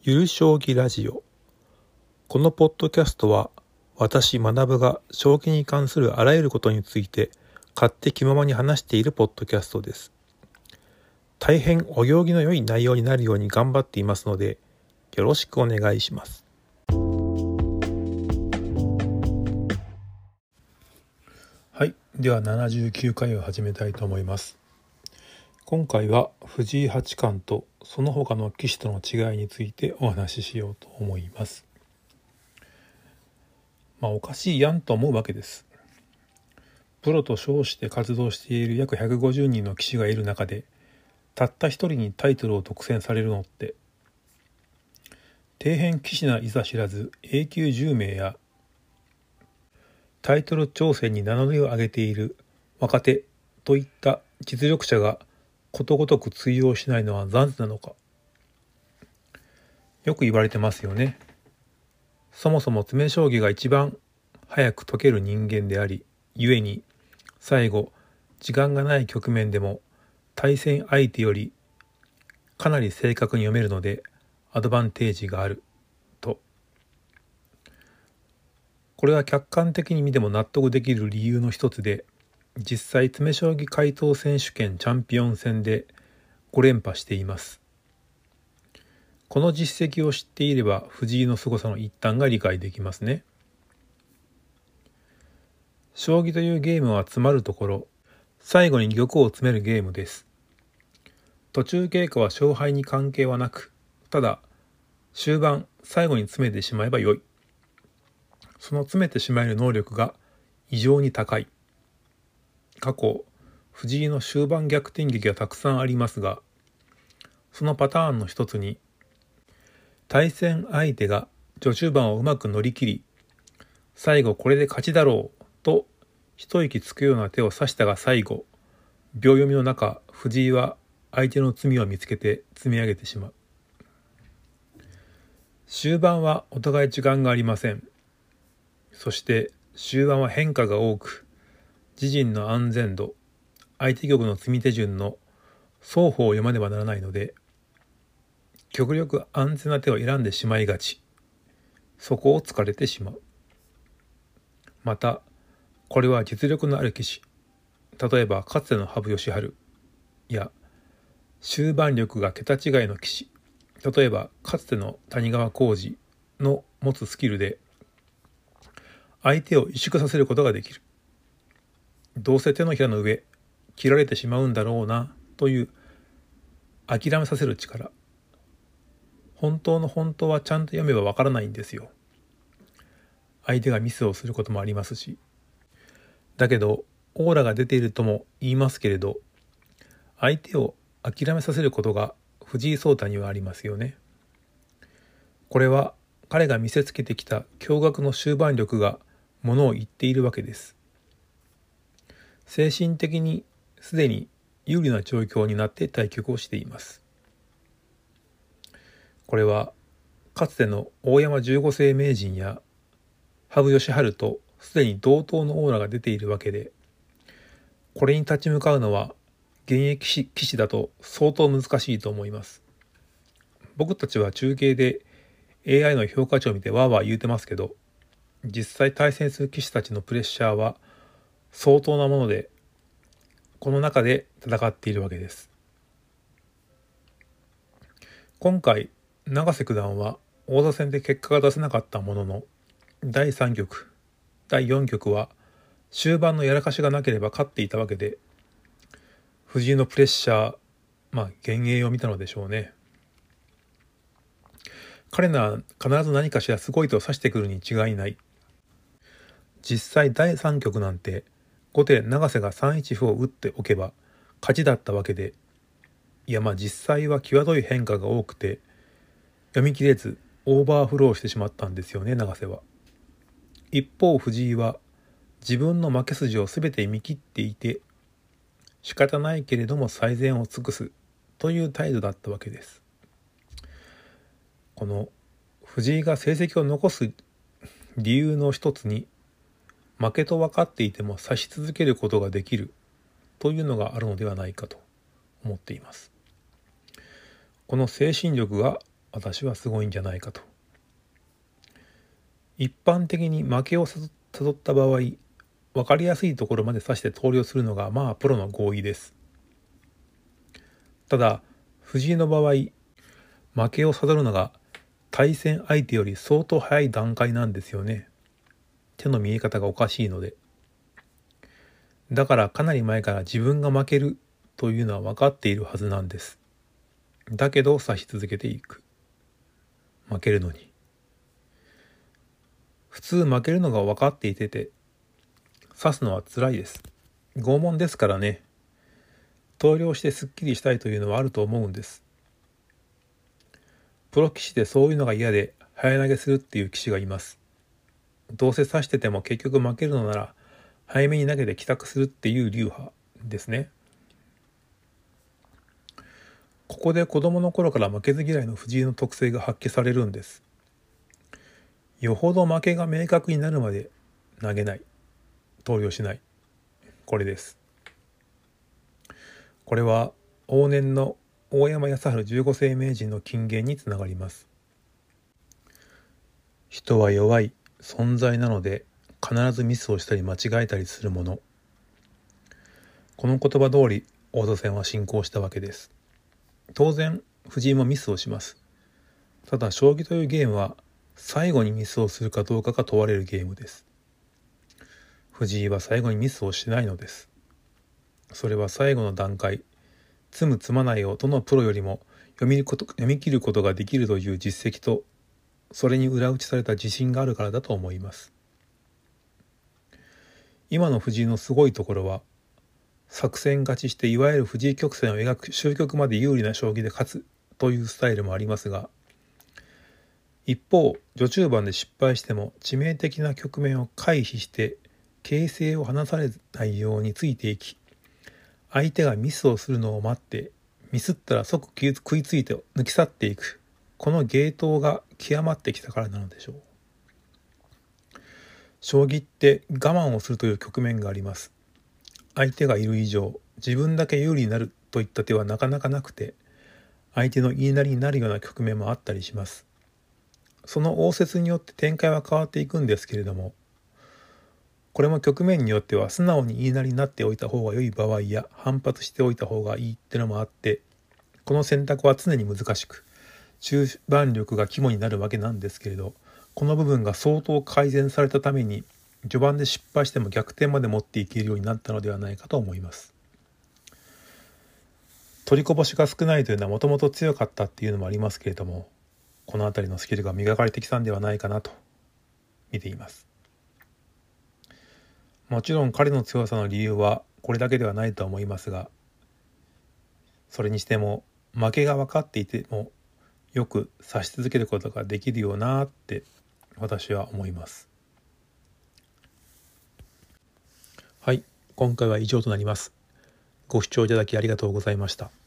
ゆる将棋ラジオ。このポッドキャストは私学が将棋に関するあらゆることについて勝手気ままに話しているポッドキャストです。大変お行儀の良い内容になるように頑張っていますのでよろしくお願いします。はい、では79回を始めたいと思います。今回は藤井八冠とその他の棋士との違いについてお話ししようと思います。おかしいやんと思うわけです。プロと称して活動している約150人の棋士がいる中でたった一人にタイトルを独占されるのって底辺棋士ないざ知らず A 級10名やタイトル挑戦に名乗りを上げている若手といった実力者がことごとく通用しないのは残念なのか。よく言われてますよね。そもそも詰将棋が一番早く解ける人間であり、故に最後時間がない局面でも対戦相手よりかなり正確に読めるのでアドバンテージがあると。これは客観的に見ても納得できる理由の一つで、実際詰将棋解答選手権チャンピオン戦で5連覇しています。この実績を知っていれば藤井の凄さの一端が理解できますね。将棋というゲームは詰まるところ、最後に玉を詰めるゲームです。途中経過は勝敗に関係はなく、ただ終盤最後に詰めてしまえばよい。その詰めてしまえる能力が異常に高い。過去、藤井の終盤逆転劇はたくさんありますが、そのパターンの一つに、対戦相手が序中盤をうまく乗り切り、最後これで勝ちだろうと一息つくような手を指したが最後、秒読みの中、藤井は相手の詰みを見つけて積み上げてしまう。終盤はお互い時間がありません。そして終盤は変化が多く、自陣の安全度、相手玉の積み手順の双方を読まねばならないので、極力安全な手を選んでしまいがち。そこを突かれてしまう。また、これは実力のある棋士、例えばかつての羽生善治や終盤力が桁違いの棋士、例えばかつての谷川浩司の持つスキルで相手を萎縮させることができる。どうせ手のひらの上切られてしまうんだろうなという諦めさせる力。本当の本当はちゃんと読めばわからないんですよ。相手がミスをすることもありますし。だけどオーラが出ているとも言いますけれど、相手を諦めさせることが藤井聡太にはありますよね。これは彼が見せつけてきた驚愕の終盤力がものを言っているわけです。精神的にすでに有利な状況になって対局をしています。これはかつての大山十五世名人や羽生善治とすでに同等のオーラが出ているわけで、これに立ち向かうのは現役棋士だと相当難しいと思います。僕たちは中継で AI の評価値を見てわーわー言うてますけど、実際対戦する棋士たちのプレッシャーは相当なもので、この中で戦っているわけです。今回永瀬九段は王座戦で結果が出せなかったものの、第3局第4局は終盤のやらかしがなければ勝っていたわけで、藤井のプレッシャー、幻影を見たのでしょうね。彼なら必ず何かしらすごい手を指してくるに違いない。実際第3局なんて後手永瀬が3一歩を打っておけば勝ちだったわけで、実際は際どい変化が多くて読み切れずオーバーフローしてしまったんですよね、永瀬は。一方藤井は自分の負け筋を全て見切っていて、仕方ないけれども最善を尽くすという態度だったわけです。この藤井が成績を残す理由の一つに、負けと分かっていても指し続けることができるというのがあるのではないかと思っています。この精神力が私はすごいんじゃないかと。一般的に負けを誘った場合、分かりやすいところまで指して投了するのがプロの合意です。ただ藤井の場合、負けを悟るのが対戦相手より相当早い段階なんですよね。手の見え方がおかしいので。だからかなり前から自分が負けるというのは分かっているはずなんです。だけど指し続けていく。負けるのに。普通負けるのが分かっていて指すのは辛いです。拷問ですからね。投了してすっきりしたいというのはあると思うんです。プロ棋士でそういうのが嫌で早投げするっていう棋士がいます。どうせ指してても結局負けるのなら早めに投げて帰宅するっていう流派ですね。ここで子供の頃から負けず嫌いの藤井の特性が発揮されるんです。よほど負けが明確になるまで投げない、投了しない。これです。これは往年の大山康晴15世名人の金言につながります。人は弱い存在なので必ずミスをしたり間違えたりするもの。この言葉通り王座戦は進行したわけです。当然藤井もミスをします。ただ将棋というゲームは最後にミスをするかどうかが問われるゲームです。藤井は最後にミスをしないのです。それは最後の段階、積む積まないをどのプロよりも読み切ることができるという実績と、それに裏打ちされた自信があるからだと思います。今の藤井のすごいところは、作戦勝ちしていわゆる藤井曲線を描く終局まで有利な将棋で勝つというスタイルもありますが、一方序中盤で失敗しても致命的な局面を回避して形勢を離されないようについていき、相手がミスをするのを待ってミスったら即食いついて抜き去っていく、この芸当が極まってきたからなのでしょう。将棋って我慢をするという局面があります。相手がいる以上自分だけ有利になるといった手はなかなかなくて、相手の言いなりになるような局面もあったりします。その応接によって展開は変わっていくんですけれども、これも局面によっては素直に言いなりになっておいた方が良い場合や反発しておいた方がいいってのもあって、この選択は常に難しく中盤力が肝になるわけなんですけれど、この部分が相当改善されたために序盤で失敗しても逆転まで持っていけるようになったのではないかと思います。取りこぼしが少ないというのはもともと強かったっていうのもありますけれども、この辺りのスキルが磨かれてきたんではないかなと見ています。もちろん彼の強さの理由はこれだけではないと思いますが、それにしても負けが分かっていてもよく指し続けることができるよなって私は思います。はい、今回は以上となります。ご視聴いただきありがとうございました。